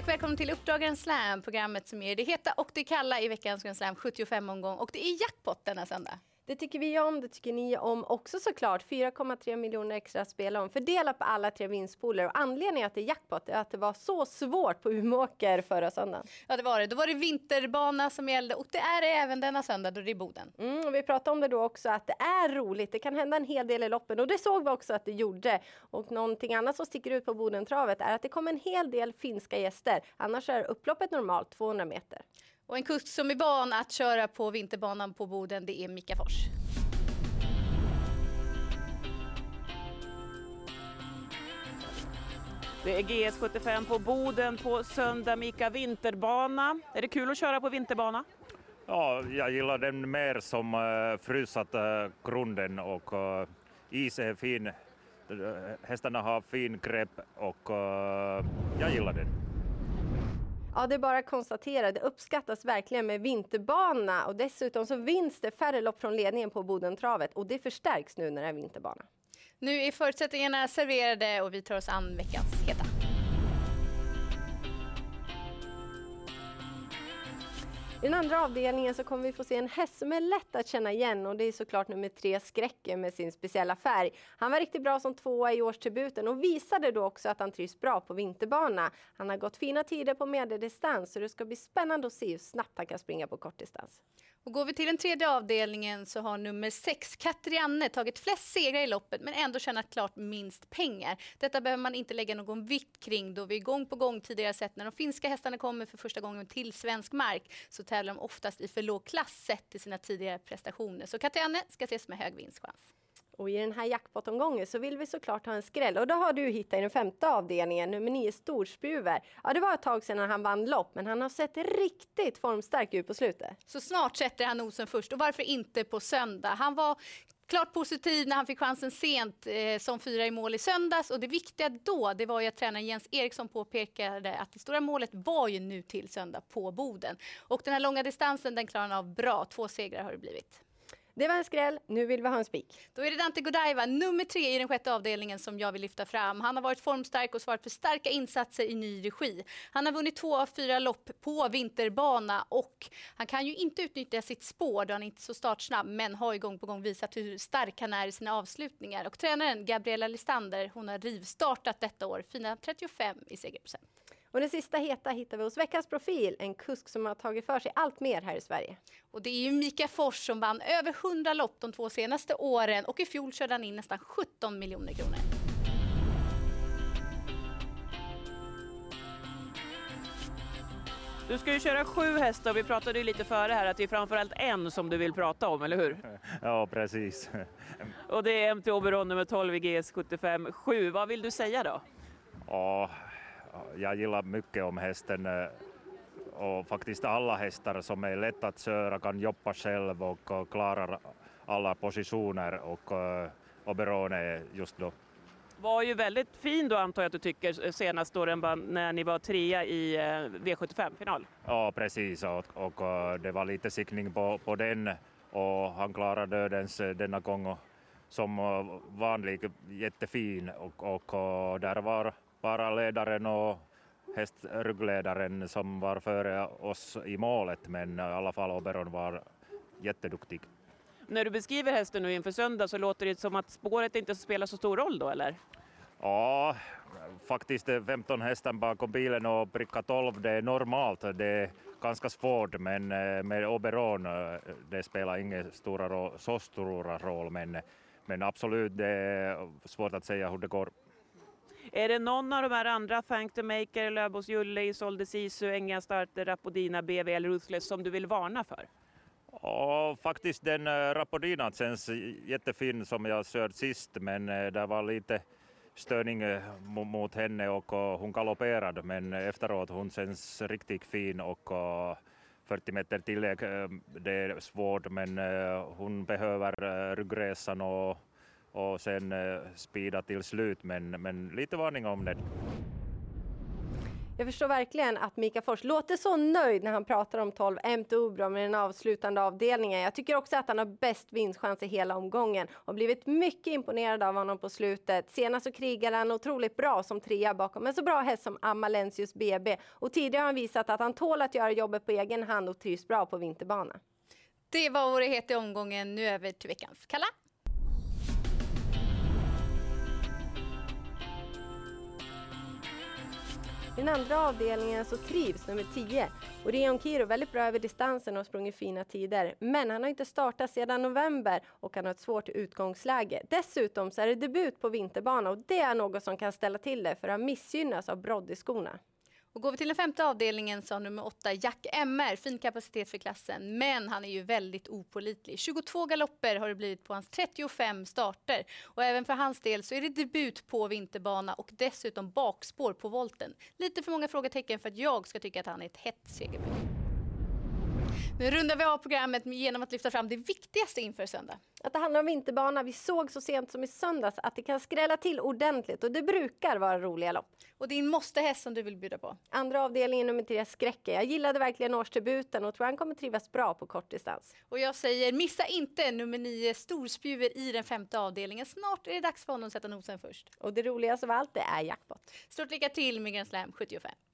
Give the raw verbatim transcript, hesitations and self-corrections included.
Hej och välkommen till Uppdrag Grand Slam, programmet som är det heta och det kalla i veckans Grand Slam sjuttiofem omgång. Och det är jackpot denna söndag. Det tycker vi om, det tycker ni om också såklart. fyra komma tre miljoner extra spel om. Fördela på alla tre vinstpooler. Och anledningen att det är jackpot är att det var så svårt på Umeåker förra söndagen. Ja, det var det. Då var det vinterbana som gällde och det är det även denna söndag då det är Boden. Mm, och vi pratade om det då också att det är roligt. Det kan hända en hel del i loppen och det såg vi också att det gjorde. Och någonting annat som sticker ut på Bodentravet är att det kommer en hel del finska gäster. Annars är upploppet normalt tvåhundra meter. Och en kusk som är van att köra på vinterbanan på Boden, det är Mika Fors. Det är G S sjuttiofem på Boden på söndag, Mika, vinterbana. Är det kul att köra på vinterbana? Ja, jag gillar den mer som uh, frysat uh, grunden och uh, is är fin. Hästarna har fin grepp och uh, jag gillar den. Ja, det är bara att konstatera. Det uppskattas verkligen med vinterbana och dessutom så vinns det färre lopp från ledningen på Bodentravet och det förstärks nu när det är vinterbana. Nu är förutsättningarna serverade och vi tar oss an veckans heta. I den andra avdelningen så kommer vi få se en häst som är lätt att känna igen och det är såklart nummer tre Skräcken med sin speciella färg. Han var riktigt bra som tvåa i årstributen och visade då också att han trivs bra på vinterbana. Han har gått fina tider på medeldistans så det ska bli spännande att se hur snabbt han kan springa på kortdistans. Och går vi till den tredje avdelningen så har nummer sex Katrianne tagit flest segrar i loppet men ändå tjänat klart minst pengar. Detta behöver man inte lägga någon vikt kring då vi gång på gång tidigare sett när de finska hästarna kommer för första gången till svensk mark så tävlar de oftast i för låg klass sett till sina tidigare prestationer. Så Katrianne ska ses med hög vinstchans. Och i den här jackpot-omgången så vill vi såklart ha en skräll. Och då har du hittat i den femte avdelningen, nummer nio Storspruver. Ja, det var ett tag sedan han vann lopp, men han har sett riktigt formstark ut på slutet. Så snart sätter han nosen först. Och varför inte på söndag? Han var klart positiv när han fick chansen sent eh, som fyra i mål i söndags. Och det viktiga då, det var ju att tränaren Jens Eriksson påpekade att det stora målet var ju nu till söndag på Boden. Och den här långa distansen, den klarar han av bra. Två segrar har det blivit. Det var en skräll, nu vill vi ha en spik. Då är det Dante Godiva, nummer tre i den sjätte avdelningen som jag vill lyfta fram. Han har varit formstark och svarat för starka insatser i ny regi. Han har vunnit två av fyra lopp på vinterbana och han kan ju inte utnyttja sitt spår då han är inte så startsnabb men har ju gång på gång visat hur stark han är i sina avslutningar. Och tränaren Gabriella Listander, hon har rivstartat detta år, fina trettiofem i segerprocent. Och den sista heta hittar vi hos veckans profil, en kusk som har tagit för sig allt mer här i Sverige. Och det är ju Mika Fors som vann över hundra lopp de två senaste åren och i fjol körde han in nästan sjutton miljoner kronor. Du ska ju köra sju hästar, vi pratade ju lite före här att det är framförallt en som du vill prata om, eller hur? Ja, precis. Och det är M T Oberon nummer tolv i G S sjuttiofem sju. Vad vill du säga då? Ja, jag gillar mycket om hästen och faktiskt alla hästar som är lätt att köra kan jobba själv och klarar alla positioner och Oberon är just då. Var ju väldigt fin då antar jag att du tycker senast då när ni var trea i V sjuttiofem-final. Ja, precis och, och det var lite siktning på, på den och han klarade dödens denna gång som vanligt jättefin och, och, och där var bara ledaren och hästruggledaren som var före oss i målet men i alla fall Oberon var jätteduktig. När du beskriver hästen nu inför söndag så låter det som att spåret inte spelar så stor roll då eller? Ja, faktiskt femton hästar bakom bilen och pricka tolv det är normalt. Det är ganska svårt men med Oberon det spelar ingen stora roll, så stora roll men, men absolut det är svårt att säga hur det går. Är det någon av de här andra, Thank the Maker, Löbos Julle, Isolde Sisu, Enga Starter, Rapodina, B V L, Ruthless som du vill varna för? Ja, faktiskt den uh, Rapodina känns jättefin som jag kört sist men uh, det var lite störning uh, mot henne och uh, hon galopperade men efteråt hon känns riktigt fin och uh, fyrtio meter tillägg uh, det är svårt men uh, hon behöver uh, ryggresan och och sen eh, speeda till slut men, men lite varning om det. Jag förstår verkligen att Mika Fors låter så nöjd när han pratar om tolv M T Obra med den avslutande avdelningen. Jag tycker också att han har bäst vinstchans i hela omgången och blivit mycket imponerad av honom på slutet. Senast så krigade han otroligt bra som trea bakom en så bra häst som Amalensius B B. Och tidigare har han visat att han tål att göra jobbet på egen hand och trivs bra på vinterbana. Det var vad det heter i omgången. Nu över till veckans Kalla. I den andra avdelningen så trivs nummer tio. Orion Kiro väldigt bra över distansen och sprungit fina tider. Men han har inte startat sedan november och han har ett svårt utgångsläge. Dessutom så är det debut på vinterbana och det är något som kan ställa till det för att missgynnas av broddyskorna. Och går vi till den femte avdelningen så har nummer åtta Jack M R fin kapacitet för klassen, men han är ju väldigt opålitlig. tjugotvå galopper har det blivit på hans trettiofem starter och även för hans del så är det debut på vinterbana och dessutom bakspår på volten. Lite för många frågetecken för att jag ska tycka att han är ett hett segerbud. Nu rundar vi av programmet genom att lyfta fram det viktigaste inför söndag. Att det handlar om vinterbana. Vi såg så sent som i söndags att det kan skrälla till ordentligt och det brukar vara roliga lopp. Och din måste häst som du vill bjuda på? Andra avdelningen nummer tre Skräcke. Jag gillade verkligen årsdebuten och tror han kommer trivas bra på kortdistans. Och jag säger missa inte nummer nio Storspjuver i den femte avdelningen. Snart är det dags för honom att sätta nosen först. Och det roligaste av allt det är jackpot. Stort lycka till med Grand Slam sjuttiofem.